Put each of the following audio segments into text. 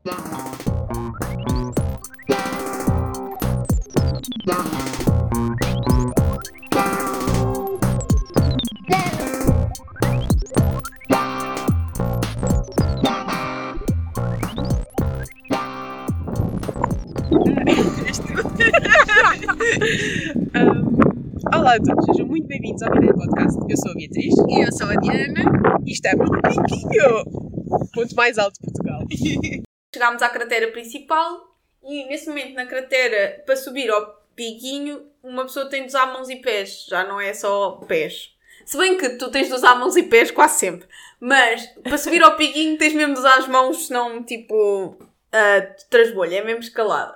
Olá a todos, sejam muito bem-vindos ao Vida Podcast. Eu sou a Beatriz. E eu sou a Diana. E estamos no Piquinho, ponto mais alto de Portugal. Chegámos à cratera principal e nesse momento na cratera, para subir ao piquinho, uma pessoa tem de usar mãos e pés, já não é só pés. Se bem que tu tens de usar mãos e pés quase sempre, mas para subir ao piquinho tens mesmo de usar as mãos, senão tipo trasbolha, é mesmo escalada.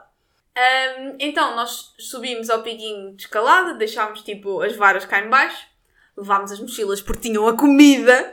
Então nós subimos ao piquinho de escalada, deixámos tipo as varas cá em baixo, levámos as mochilas porque tinham a comida,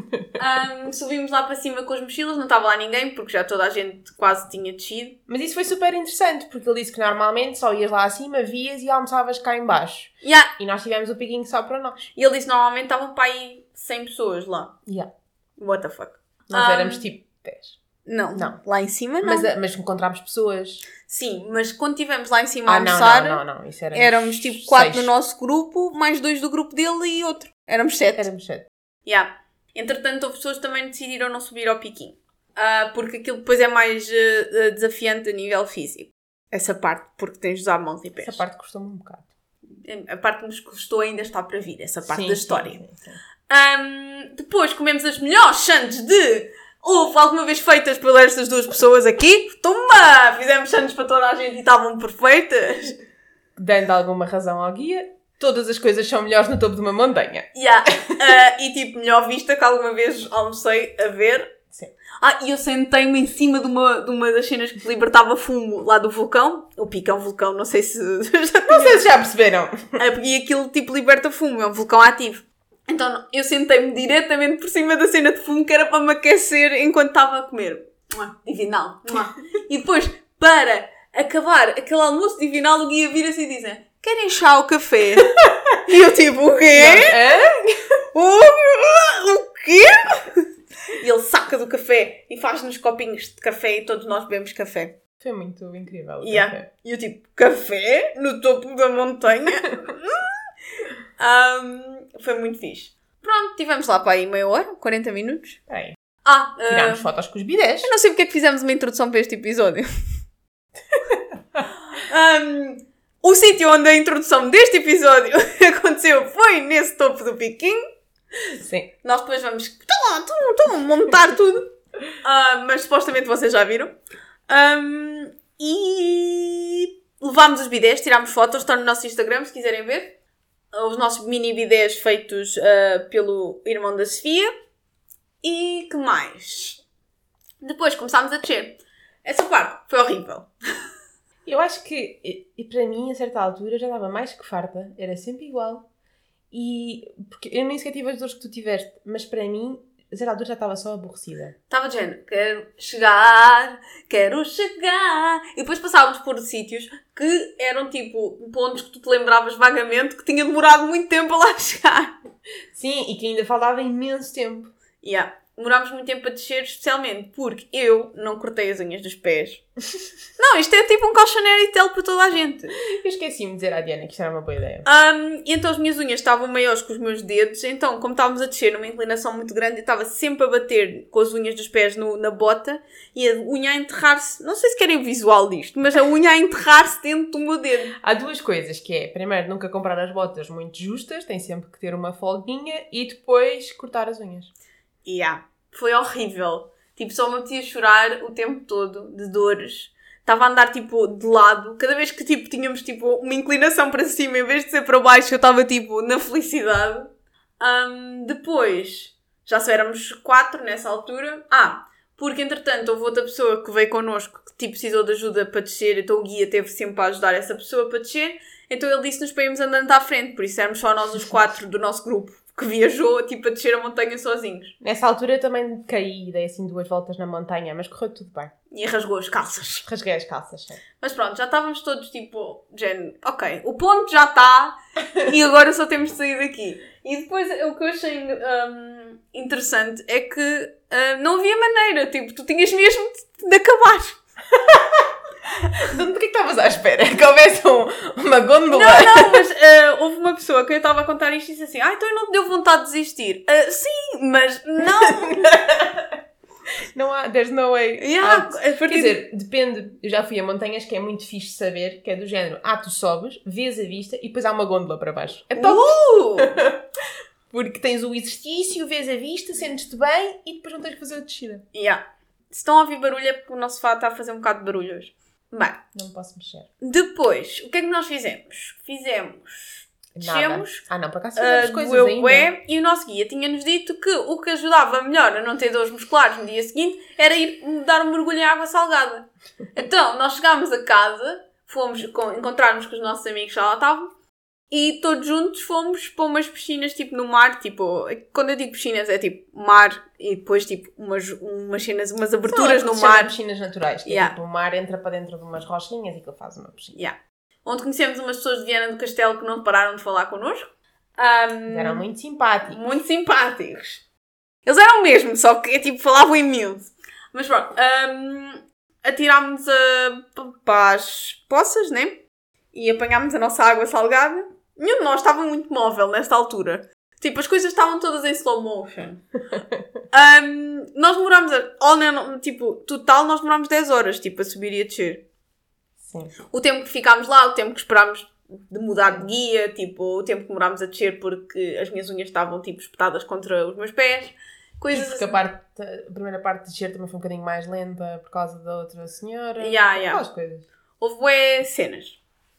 subimos lá para cima com as mochilas, não estava lá ninguém porque já toda a gente quase tinha descido. Mas isso foi super interessante, porque ele disse que normalmente só ias lá acima, vias e almoçavas cá em baixo. Yeah. E nós tivemos o piquinho só para nós. E ele disse que normalmente estavam para aí 100 pessoas lá. Yeah. What the fuck? Nós éramos tipo 10. Não. Lá em cima não. Mas encontramos pessoas. Sim, mas quando estivemos lá em cima a almoçar, não. Isso éramos tipo 4 no nosso grupo, mais 2 do grupo dele e outro. Éramos 7. Yeah. Entretanto, houve pessoas que também decidiram não subir ao piquinho. Porque aquilo depois é mais desafiante a nível físico. Essa parte, porque tens de usar mãos e pés. Essa parte custou-me um bocado. A parte que nos custou ainda está para vir, essa parte da história. Sim. Depois comemos as melhores sandes houve alguma vez feitas por estas duas pessoas aqui. Toma! Fizemos sandes para toda a gente e estavam perfeitas. Dando alguma razão ao guia, todas as coisas são melhores no topo de uma montanha. Yeah. E tipo, melhor vista que alguma vez almocei a ver. Sim. E eu sentei-me em cima de uma das cenas que libertava fumo lá do vulcão. O pico é um vulcão, não sei se já perceberam. E aquilo tipo liberta fumo, é um vulcão ativo. Então eu sentei-me diretamente por cima da cena de fumo que era para me aquecer enquanto estava a comer. Divinal. E depois, para acabar aquele almoço divinal, o guia vira-se e diz: querem chá ou café? E eu tipo, o quê? O quê? E ele saca do café e faz-nos copinhos de café e todos nós bebemos café. Foi muito incrível o café. E eu tipo, café? No topo da montanha? Foi muito fixe. Pronto, estivemos lá para aí meia hora, 40 minutos. Tirámos fotos com os bidés. Eu não sei porque é que fizemos uma introdução para este episódio. O sítio onde a introdução deste episódio aconteceu foi nesse topo do piquinho. Sim. Nós depois vamos montar tudo. Mas supostamente vocês já viram. E levámos os bidés, tirámos fotos, estão no nosso Instagram se quiserem ver. Os nossos mini bidés feitos pelo irmão da Sofia. E que mais? Depois começámos a descer. Essa parte foi horrível. Eu acho que, e para mim, a certa altura, já estava mais que farta. Era sempre igual. E porque eu nem sequer tive as dores que tu tiveste, mas para mim, a certa altura já estava só aborrecida. Estava de género, quero chegar. E depois passávamos por sítios que eram tipo pontos que tu te lembravas vagamente que tinha demorado muito tempo a lá chegar. Sim, e que ainda faltava imenso tempo. Yeah. Demorámos muito tempo a descer, especialmente porque eu não cortei as unhas dos pés. Não, isto é tipo um calcionary tell para toda a gente. Eu esqueci-me de dizer à Diana que isto era uma boa ideia. E então as minhas unhas estavam maiores que os meus dedos, então como estávamos a descer numa inclinação muito grande, eu estava sempre a bater com as unhas dos pés na bota e a unha a enterrar-se, não sei se querem o visual disto, mas a unha a enterrar-se dentro do meu dedo. Há duas coisas, que é, primeiro, nunca comprar as botas muito justas, tem sempre que ter uma folguinha, e depois cortar as unhas. Foi horrível. Tipo, só me apetecia chorar o tempo todo, de dores. Estava a andar, tipo, de lado. Cada vez que, tipo, tínhamos, tipo, uma inclinação para cima, em vez de ser para baixo, eu estava, tipo, na felicidade. Depois, já só éramos 4 nessa altura. Porque, entretanto, houve outra pessoa que veio connosco que, tipo, precisou de ajuda para descer. Então o guia teve sempre para ajudar essa pessoa para descer. Então ele disse-nos para irmos andando à frente. Por isso éramos só nós os 4 do nosso grupo que viajou, tipo, a descer a montanha sozinhos. Nessa altura eu também caí e dei assim 2 voltas na montanha, mas correu tudo bem. E rasgou as calças. Rasguei as calças, sim. Mas pronto, já estávamos todos tipo, género, ok, o ponto já está e agora só temos de sair daqui. E depois o que eu achei interessante é que não havia maneira, tipo, tu tinhas mesmo de de acabar. Do que estavas à espera? Que houvesse uma gôndola? Não, mas houve uma pessoa que eu estava a contar isto e disse assim, então eu não te deu vontade de desistir. Sim, mas não. Não há, there's no way. Yeah, Quer dizer, depende, eu já fui a montanhas que é muito fixe saber, que é do género, tu sobes, vês a vista e depois há uma gôndola para baixo. É top! Porque tens o exercício, vês a vista, sentes-te bem e depois não tens que fazer a descida. Yeah. Se estão a ouvir barulho é porque o nosso sofá está a fazer um bocado de barulho hoje. Bem, não posso mexer. Depois, o que é que nós fizemos? Descemos. Não, por acaso fizemos coisas ainda. E o nosso guia tinha-nos dito que o que ajudava melhor a não ter dores musculares no dia seguinte era ir dar um mergulho em água salgada. Então, nós chegámos a casa, fomos encontrar-nos com os nossos amigos que já lá estavam e todos juntos fomos para umas piscinas tipo no mar, tipo, quando eu digo piscinas é tipo mar e depois tipo umas cenas, umas aberturas no mar. Piscinas naturais, que é tipo o mar entra para dentro de umas rochinhas e que faz uma piscina. Yeah. Onde conhecemos umas pessoas de Viana do Castelo que não pararam de falar connosco. Eram muito simpáticos. Muito simpáticos. Eles eram mesmo, só que tipo falavam imenso. Mas pronto, atirámos-nos para as poças, né? E apanhámos a nossa água salgada. Nenhum de nós estava muito móvel nesta altura. Tipo, as coisas estavam todas em slow motion. Nós demorámos, total nós demorámos 10 horas, tipo, a subir e a descer. Sim. O tempo que ficámos lá, o tempo que esperámos de mudar de guia, tipo, o tempo que demorámos a descer porque as minhas unhas estavam, tipo, espetadas contra os meus pés. Coisas porque assim. A primeira parte de descer também foi um bocadinho mais lenta por causa da outra senhora. Aquelas coisas. Houve bué cenas.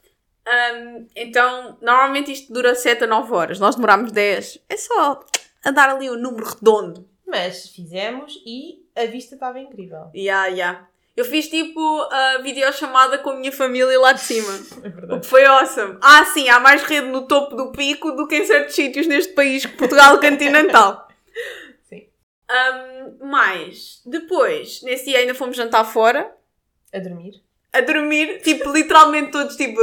Então, normalmente isto dura 7 a 9 horas. Nós demorámos 10. É só a dar ali um número redondo. Mas fizemos e a vista estava incrível. Eu fiz tipo a videochamada com a minha família lá de cima. É verdade. O que foi awesome. Sim, há mais rede no topo do pico do que em certos sítios neste país, Portugal continental. Sim. Mas, depois, nesse dia ainda fomos jantar fora. A dormir, tipo, literalmente todos, tipo...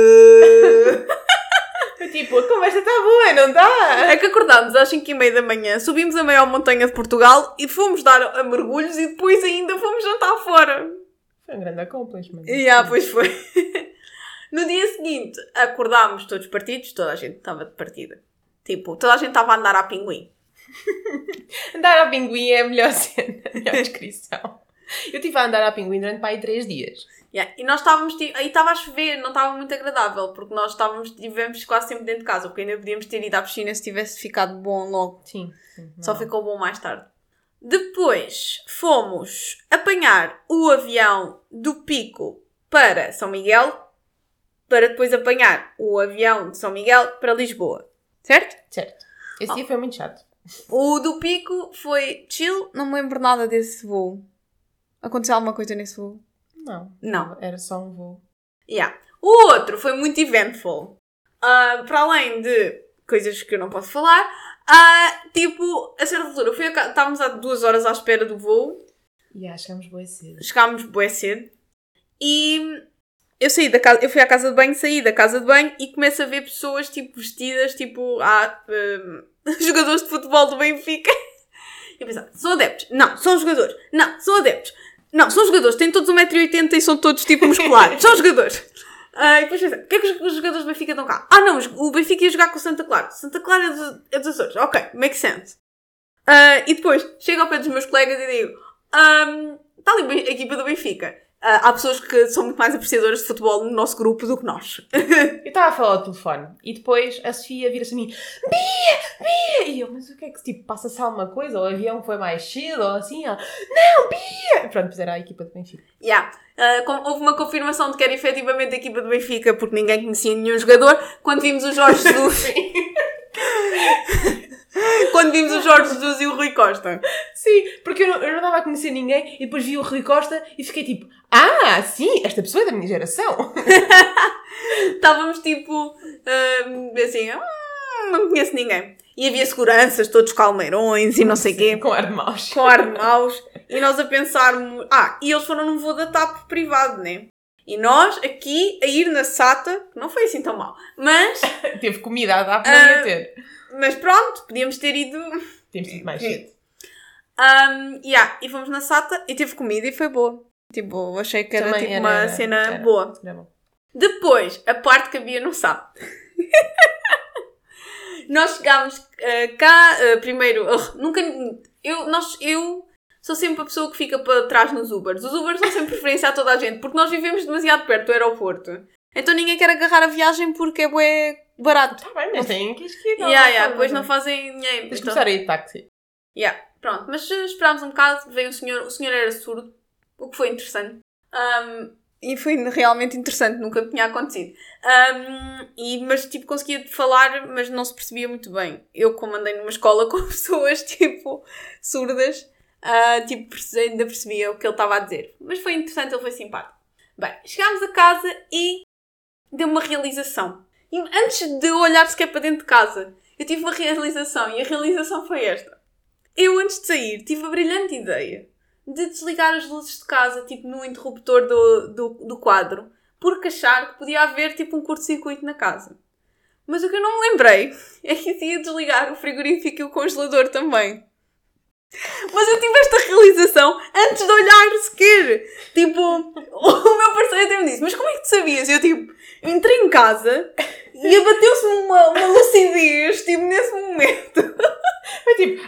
Tipo, a conversa está boa, não está? É que acordámos às 5h30 da manhã, subimos a maior montanha de Portugal e fomos dar a mergulhos e depois ainda fomos jantar fora. Foi um grande accomplishment. Pois foi. No dia seguinte, acordámos todos partidos, toda a gente estava de partida. Tipo, toda a gente estava a andar à pinguim. Andar à pinguim é a melhor cena, a melhor descrição. Eu estive a andar à pinguim durante para aí 3 dias. E nós estávamos, aí estava a chover, não estava muito agradável, porque nós estivemos quase sempre dentro de casa, porque ainda podíamos ter ido à piscina se tivesse ficado bom logo. Sim. Só ficou bom mais tarde. Depois fomos apanhar o avião do Pico para São Miguel, para depois apanhar o avião de São Miguel para Lisboa. Certo? Certo. Esse dia foi muito chato. O do Pico foi chill, não me lembro nada desse voo. Aconteceu alguma coisa nesse voo? Não. Era só um voo. O outro foi muito eventful. Para além de coisas que eu não posso falar, tipo, a certa altura, estávamos há 2 horas à espera do voo. Chegámos bué cedo. E eu saí da casa, eu fui à casa de banho, saí da casa de banho e começo a ver pessoas, tipo, vestidas, tipo, jogadores de futebol do Benfica. E eu pensava, são adeptos? Não, são jogadores. Não, são adeptos. Não, são jogadores, têm todos 1,80m e são todos tipo musculares. São jogadores. E depois pensei, o que é que os jogadores do Benfica estão cá? Não, o Benfica ia jogar com o Santa Clara. Santa Clara é dos Açores. Ok, makes sense. E depois chego ao pé dos meus colegas e digo, está ali a equipa do Benfica. Há pessoas que são muito mais apreciadoras de futebol no nosso grupo do que nós. Eu estava a falar ao telefone e depois a Sofia vira-se a mim, Bia! E eu, mas o que é que, tipo, passa-se alguma coisa? Ou o avião foi mais cedo, ou assim? Não, Bia! Pronto, pois era a equipa do Benfica. Houve uma confirmação de que era efetivamente a equipa do Benfica, porque ninguém conhecia nenhum jogador, quando vimos o Jorge Jesus. Quando vimos o Jorge Jesus e o Rui Costa. Sim, porque eu não estava a conhecer ninguém e depois vi o Rui Costa e fiquei tipo, sim, esta pessoa é da minha geração. Estávamos tipo, assim, não conheço ninguém. E havia seguranças, todos calmeirões e não sei o quê. Com ar de maus. Com ar de maus. E nós a pensarmos, e eles foram num voo da TAP privado, né? E nós aqui a ir na SATA, não foi assim tão mal, mas... Teve comida, a TAP não ia ter. Mas pronto, podíamos ter ido... Temos ido mais cedo. E fomos na SATA e teve comida e foi boa. Tipo, achei que era Também tipo era- uma era- cena era- boa. Era bom. Depois, a parte que a Bia não sabe. Nós chegámos cá, primeiro, eu sou sempre a pessoa que fica para trás nos Ubers. Os Ubers dão sempre preferência a toda a gente, porque nós vivemos demasiado perto do aeroporto. Então ninguém quer agarrar a viagem porque é bué barato. Tá bem, mas tem que ir. Depois não fazem dinheiro. Tens de Então- começar a ir de táxi. Pronto, mas esperámos um bocado, veio o senhor era surdo, o que foi interessante. E foi realmente interessante, nunca tinha acontecido. Mas tipo, conseguia falar, mas não se percebia muito bem. Eu, como andei numa escola com pessoas, tipo, surdas, ainda percebia o que ele estava a dizer. Mas foi interessante, ele foi simpático. Bem, chegámos a casa e deu uma realização. E antes de eu olhar sequer para dentro de casa, eu tive uma realização, e a realização foi esta. Eu, antes de sair, tive a brilhante ideia de desligar as luzes de casa, tipo, no interruptor do quadro, porque achar que podia haver, tipo, um curto-circuito na casa. Mas o que eu não me lembrei é que ia desligar o frigorífico e o congelador também. Mas eu tive esta realização antes de olhar sequer. Tipo, o meu parceiro até me disse, mas como é que tu sabias? E eu, tipo, entrei em casa e abateu-se-me uma lucidez, tipo, nesse momento. Foi tipo,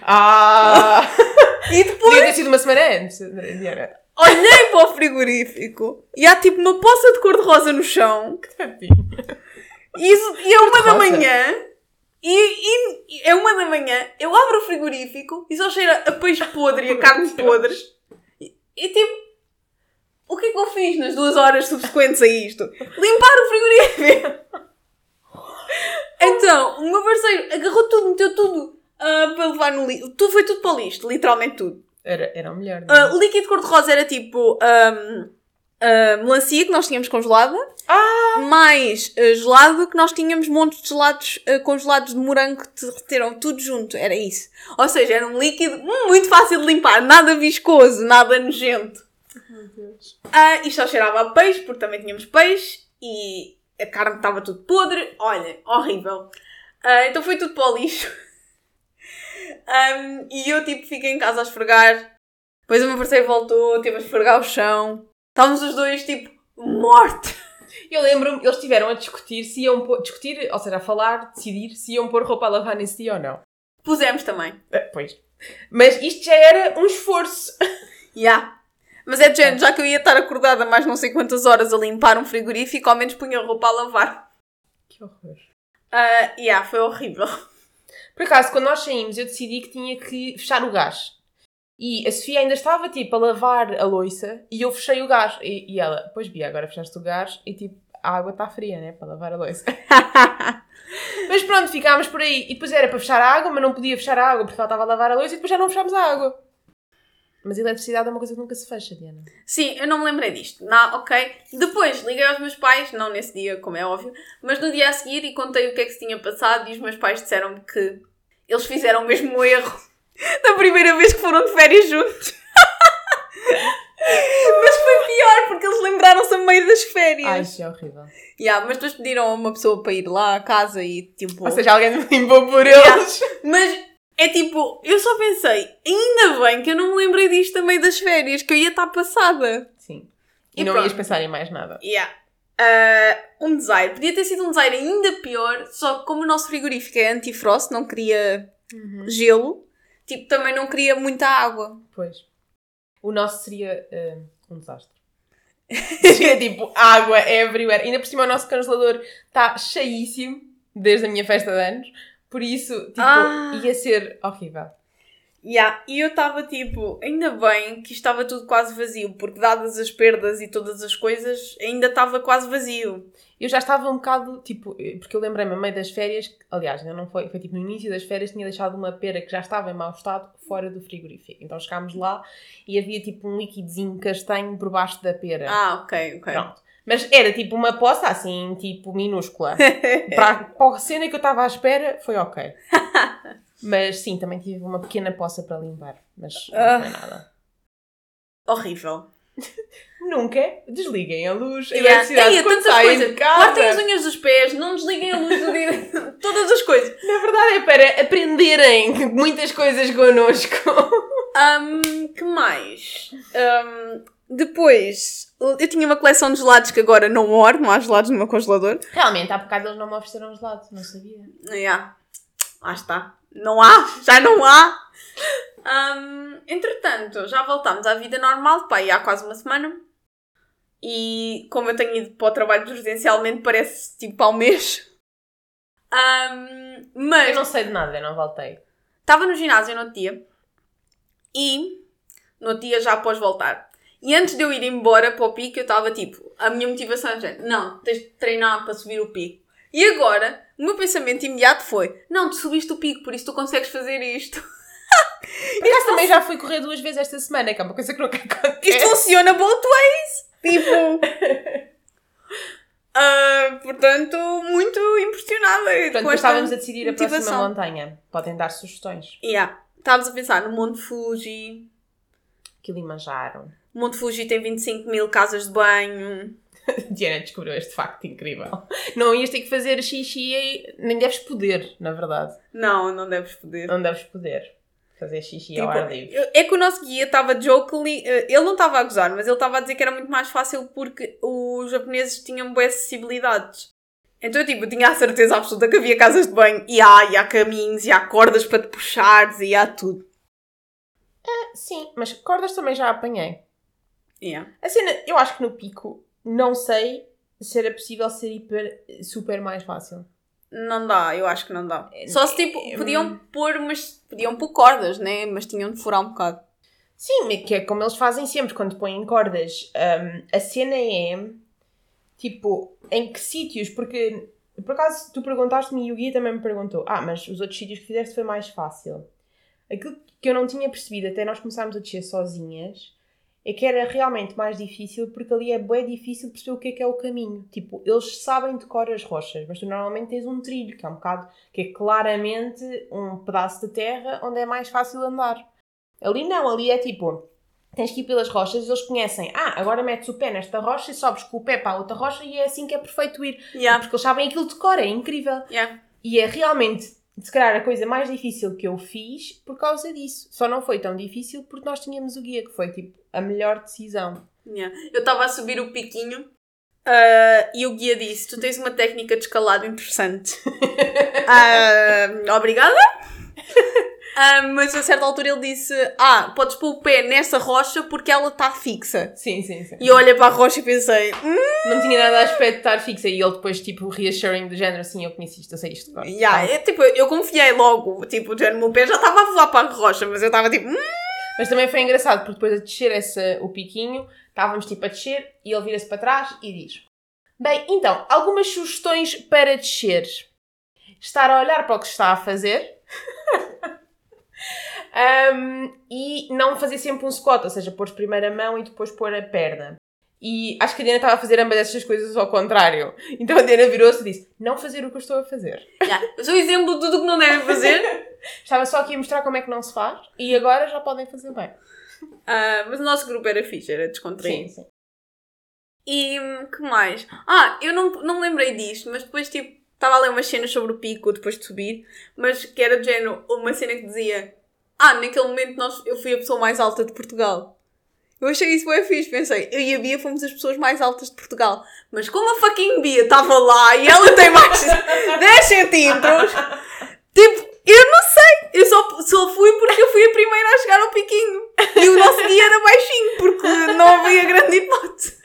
E depois podia ter sido uma semana antes, Diana. olhei para o frigorífico e há, tipo, uma poça de cor-de-rosa no chão. E é 1 da manhã. E é 1 da manhã, eu abro o frigorífico e só cheira a peixe podre e a carne podre. E tipo, o que é que eu fiz nas 2 horas subsequentes a isto? Limpar o frigorífico. Então, o meu parceiro agarrou tudo, meteu tudo para levar no lixo. Foi tudo para o lixo, literalmente tudo. Era o melhor. Não é? O líquido cor-de-rosa era tipo melancia que nós tínhamos congelada. Mais gelado que nós tínhamos montes de gelados congelados de morango que derreteram tudo junto. Era isso. Ou seja, era um líquido muito fácil de limpar. Nada viscoso, nada nojento. Meu Deus. E só cheirava a peixe, porque também tínhamos peixe. E a carne estava tudo podre. Olha, horrível. Então foi tudo para o lixo. E eu tipo fiquei em casa a esfregar. Depois o meu parceiro voltou, teve a esfregar o chão. Estávamos os dois tipo mortos. Eu lembro-me, eles estiveram a discutir se iam pôr, ou seja, a falar, decidir se iam pôr roupa a lavar nesse dia ou não. Pusemos também. Pois. Mas isto já era um esforço. Mas é de género, já que eu ia estar acordada mais não sei quantas horas a limpar um frigorífico, ao menos punha a roupa a lavar. Que horror. Foi horrível. Por acaso, quando nós saímos, eu decidi que tinha que fechar o gás. E a Sofia ainda estava, tipo, a lavar a louça e eu fechei o gás. E ela, pois Bia, agora fechaste o gás e, tipo, a água está fria, né? Para lavar a louça. Mas pronto, ficámos por aí. E depois era para fechar a água, mas não podia fechar a água porque ela estava a lavar a louça e depois já não fechámos a água. Mas a eletricidade é uma coisa que nunca se fecha, Diana. Sim, eu não me lembrei disto. Não, ok. Depois liguei aos meus pais, não nesse dia, como é óbvio, mas no dia a seguir e contei o que é que se tinha passado e os meus pais disseram-me que eles fizeram o mesmo erro da primeira vez que foram de férias juntos. Mas foi pior, porque eles lembraram-se a meio das férias. Ai, isso é horrível. Mas depois pediram a uma pessoa para ir lá à casa e tipo... Ou seja, alguém me limpou por eles. Mas é tipo, eu só pensei, ainda bem que eu não me lembrei disto a meio das férias, que eu ia estar passada. Sim. E não pronto. ias pensar em mais nada. Um design. Podia ter sido um design ainda pior, só que como o nosso frigorífico é anti-frost, não queria gelo, tipo, também não queria muita água. Pois. O nosso seria um desastre. Seria tipo água everywhere. Ainda por cima o nosso congelador está cheíssimo desde a minha festa de anos. Por isso, tipo, ia ser horrível. E eu estava tipo, ainda bem que estava tudo quase vazio, porque dadas as perdas e todas as coisas, ainda estava quase vazio. Eu já estava um bocado, tipo, porque eu lembrei-me a meio das férias, aliás, ainda não foi tipo no início das férias, tinha deixado uma pera que já estava em mau estado fora do frigorífico. Então chegámos lá e havia tipo um líquidozinho castanho por baixo da pera. Ok. Pronto. Mas era tipo uma poça assim, tipo minúscula. para a cena que eu estava à espera, foi ok. Mas sim, também tive uma pequena poça para limpar. Mas não foi nada. Horrível. Nunca desliguem a luz, a Yeah. eletricidade quando tantas saem coisas. de casa. Cortem as unhas dos pés, não desliguem a luz do dia. Todas as coisas. Na verdade é para aprenderem muitas coisas connosco. Que mais? Depois, eu tinha uma coleção de gelados que agora não moro, não há gelados no meu congelador. Realmente, há bocado eles não me ofereceram gelados, não sabia. Lá está. Não há, já não há. Entretanto, já voltámos à vida normal, pá, há quase uma semana. E como eu tenho ido para o trabalho residencialmente, parece tipo ao mês. Mas eu não sei de nada, eu não voltei. Estava no ginásio no outro dia. E no outro dia já após voltar. E antes de eu ir embora para o pico, eu estava tipo, a minha motivação era, não, tens de treinar para subir o pico. E agora, o meu pensamento imediato foi, não, tu subiste o pico, por isso tu consegues fazer isto. Mas também já fui correr 2 vezes esta semana, que é uma coisa que nunca acontece. Isto funciona both ways. Tipo... portanto, muito impressionada. Portanto, estávamos a decidir a próxima montanha. Podem dar sugestões. Estávamos a pensar no Monte Fuji. Kilimanjaro. O Monte Fuji tem 25 mil casas de banho. Diana descobriu este facto incrível. Não ias ter que fazer xixi e nem deves poder, na verdade. Não deves poder. Não deves poder fazer xixi ao ar livre. É que o nosso guia estava jokingly... Ele não estava a gozar, mas ele estava a dizer que era muito mais fácil porque os japoneses tinham boas acessibilidades. Então, eu tinha a certeza absoluta que havia casas de banho e há caminhos, e há cordas para te puxares, e há tudo. Sim, mas cordas também já apanhei. A cena, eu acho que no pico, não sei se era possível ser super mais fácil. Não dá, eu acho que não dá. Só se podiam pôr cordas, né? Mas tinham de furar um bocado. Sim, que é como eles fazem sempre quando põem cordas. A cena é, tipo, em que sítios? Porque, por acaso, tu perguntaste-me e o guia também me perguntou. Mas os outros sítios que fizeste foi mais fácil. Aquilo que eu não tinha percebido até nós começarmos a descer sozinhas é que era realmente mais difícil, porque ali é bem difícil perceber o que é o caminho. Tipo, eles sabem de cor as rochas, mas tu normalmente tens um trilho, que é um bocado, que é claramente um pedaço de terra onde é mais fácil andar. Ali não, ali é tipo, tens que ir pelas rochas e eles conhecem, agora metes o pé nesta rocha e sobes com o pé para a outra rocha e é assim que é perfeito ir. Porque eles sabem aquilo de cor, é incrível. E é realmente, se calhar, a coisa mais difícil que eu fiz por causa disso. Só não foi tão difícil porque nós tínhamos o guia, que foi tipo a melhor decisão. Eu estava a subir o piquinho e o guia disse, tu tens uma técnica de escalado interessante. Obrigada. Mas a certa altura ele disse, podes pôr o pé nessa rocha porque ela está fixa. Sim. E eu olhei para a rocha e pensei... Não tinha nada a aspecto de estar fixa. E ele depois, tipo, reassuring do género, assim, eu conheci isto, eu sei isto. Eu confiei logo. Tipo, o meu pé já estava a voar para a rocha, mas eu estava tipo... Mas também foi engraçado, porque depois a descer o piquinho, estávamos tipo a descer e ele vira-se para trás e diz: bem, então, algumas sugestões para descer. Estar a olhar para o que se está a fazer. E não fazer sempre um squat, ou seja, pôr primeiro a mão e depois pôr a perna. E acho que a Diana estava a fazer ambas dessas coisas ao contrário. Então a Diana virou-se e disse: não fazer o que eu estou a fazer. Eu sou o exemplo de tudo o que não devem fazer. Estava só aqui a mostrar como é que não se faz e agora já podem fazer bem. Mas o nosso grupo era fixe, era descontraído. Sim. E que mais? Eu não me lembrei disto, mas depois tipo estava a ler umas cenas sobre o pico depois de subir, mas que era de género, uma cena que dizia naquele momento eu fui a pessoa mais alta de Portugal. Eu achei isso bem fixe, pensei, eu e a Bia fomos as pessoas mais altas de Portugal, mas como a fucking Bia estava lá e ela tem mais 10 centímetros, tipo, eu não sei, eu só fui porque eu fui a primeira a chegar ao piquinho e o nosso guia era baixinho porque não havia grande hipótese.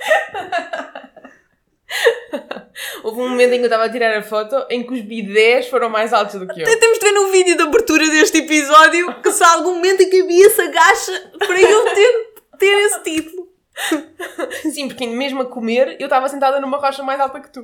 Houve um momento em que eu estava a tirar a foto em que os bidés foram mais altos do que eu. Até temos de ver no vídeo de abertura deste episódio que se há algum momento em que a Bia se agacha para eu ter esse título. Sim, porque mesmo a comer eu estava sentada numa rocha mais alta que tu.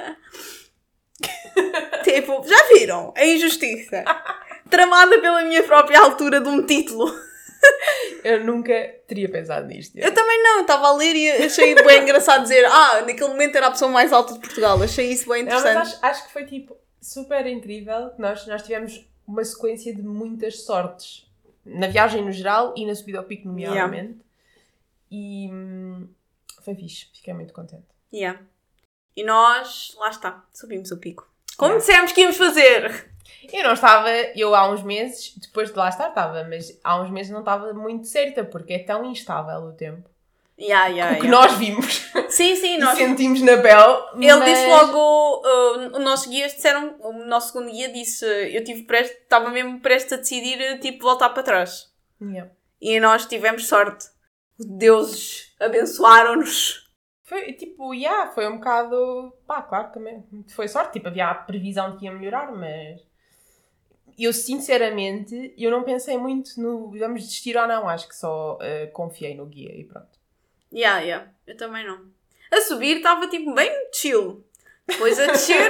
Tipo, já viram? A injustiça. Tramada pela minha própria altura de um título. Eu nunca teria pensado nisto. Eu também não, estava a ler e achei bem engraçado dizer naquele momento era a pessoa mais alta de Portugal. Achei isso bem interessante. Não, mas acho que foi tipo super incrível. Nós tivemos uma sequência de muitas sortes. Na viagem no geral e na subida ao pico nomeadamente. E foi fixe. Fiquei muito contente. E nós, lá está, subimos o pico. Como dissemos que íamos fazer? Eu há uns meses, depois de lá estar estava, mas há uns meses não estava muito certa, porque é tão instável o tempo. O que nós vimos. Sim, nós sentimos na pele. Ele disse logo, o nosso segundo guia disse, estava mesmo prestes a decidir, tipo, voltar para trás. Yeah. E nós tivemos sorte. Os deuses abençoaram-nos. Foi tipo, foi um bocado, claro, também foi sorte, tipo, havia a previsão de que ia melhorar, mas eu sinceramente, eu não pensei muito no vamos desistir ou não, acho que só confiei no guia e pronto. Eu também não. A subir estava tipo bem chill. Depois a descer...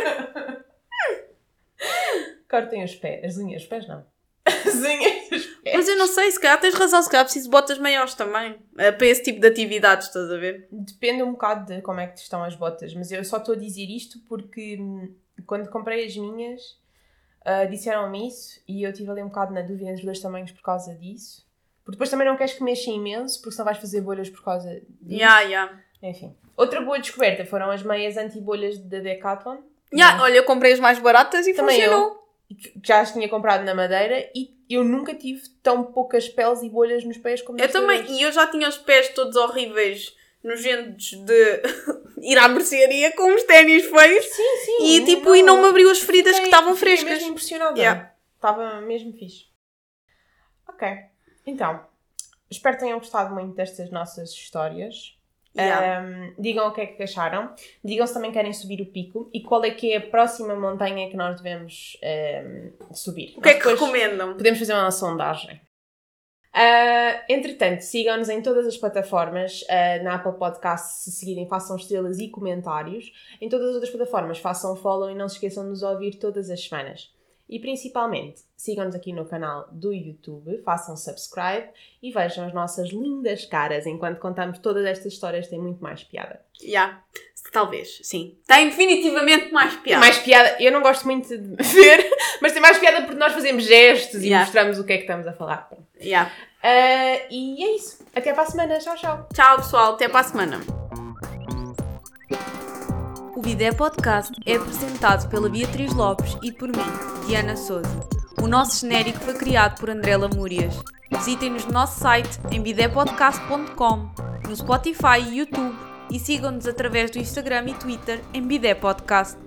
Cortem os pés, as unhas, os pés não. As unhas dos pés. Mas eu não sei, se calhar tens razão, se calhar preciso de botas maiores também. Para esse tipo de atividades, estás a ver? Depende um bocado de como é que estão as botas, mas eu só estou a dizer isto porque quando comprei as minhas disseram-me isso e eu estive ali um bocado na dúvida entre os dois tamanhos por causa disso. Porque depois também não queres que mexa imenso, porque senão vais fazer bolhas por causa disso. Enfim. Outra boa descoberta foram as meias anti-bolhas da Decathlon. Olha, eu comprei as mais baratas e também funcionou. Já as tinha comprado na Madeira e eu nunca tive tão poucas peles e bolhas nos pés como eu também. E eu já tinha os pés todos horríveis, nojentos de ir à mercearia com os ténis feios. Sim. E não me abriu as feridas que estavam frescas. Fiquei mesmo impressionada. Estava mesmo fixe. Ok. Então, espero que tenham gostado muito destas nossas histórias. Digam o que é que acharam. Digam se também querem subir o pico e qual é que é a próxima montanha que nós devemos subir. O que é que recomendam? Podemos fazer uma sondagem. Entretanto, sigam-nos em todas as plataformas. Na Apple Podcast, se seguirem, façam estrelas e comentários. Em todas as outras plataformas, façam follow e não se esqueçam de nos ouvir todas as semanas. E principalmente, sigam-nos aqui no canal do YouTube, façam subscribe e vejam as nossas lindas caras enquanto contamos todas estas histórias, tem muito mais piada. Talvez, sim. Tem definitivamente mais piada. Mais piada, eu não gosto muito de ver, mas tem mais piada porque nós fazemos gestos e mostramos o que é que estamos a falar. E é isso. Até para a semana. Tchau. Tchau, pessoal. Até para a semana. O Bidé Podcast é apresentado pela Beatriz Lopes e por mim, Diana Sousa. O nosso genérico foi criado por André Lamúrias. Visitem-nos no nosso site em bidépodcast.com, no Spotify e YouTube e sigam-nos através do Instagram e Twitter em Bidé Podcast.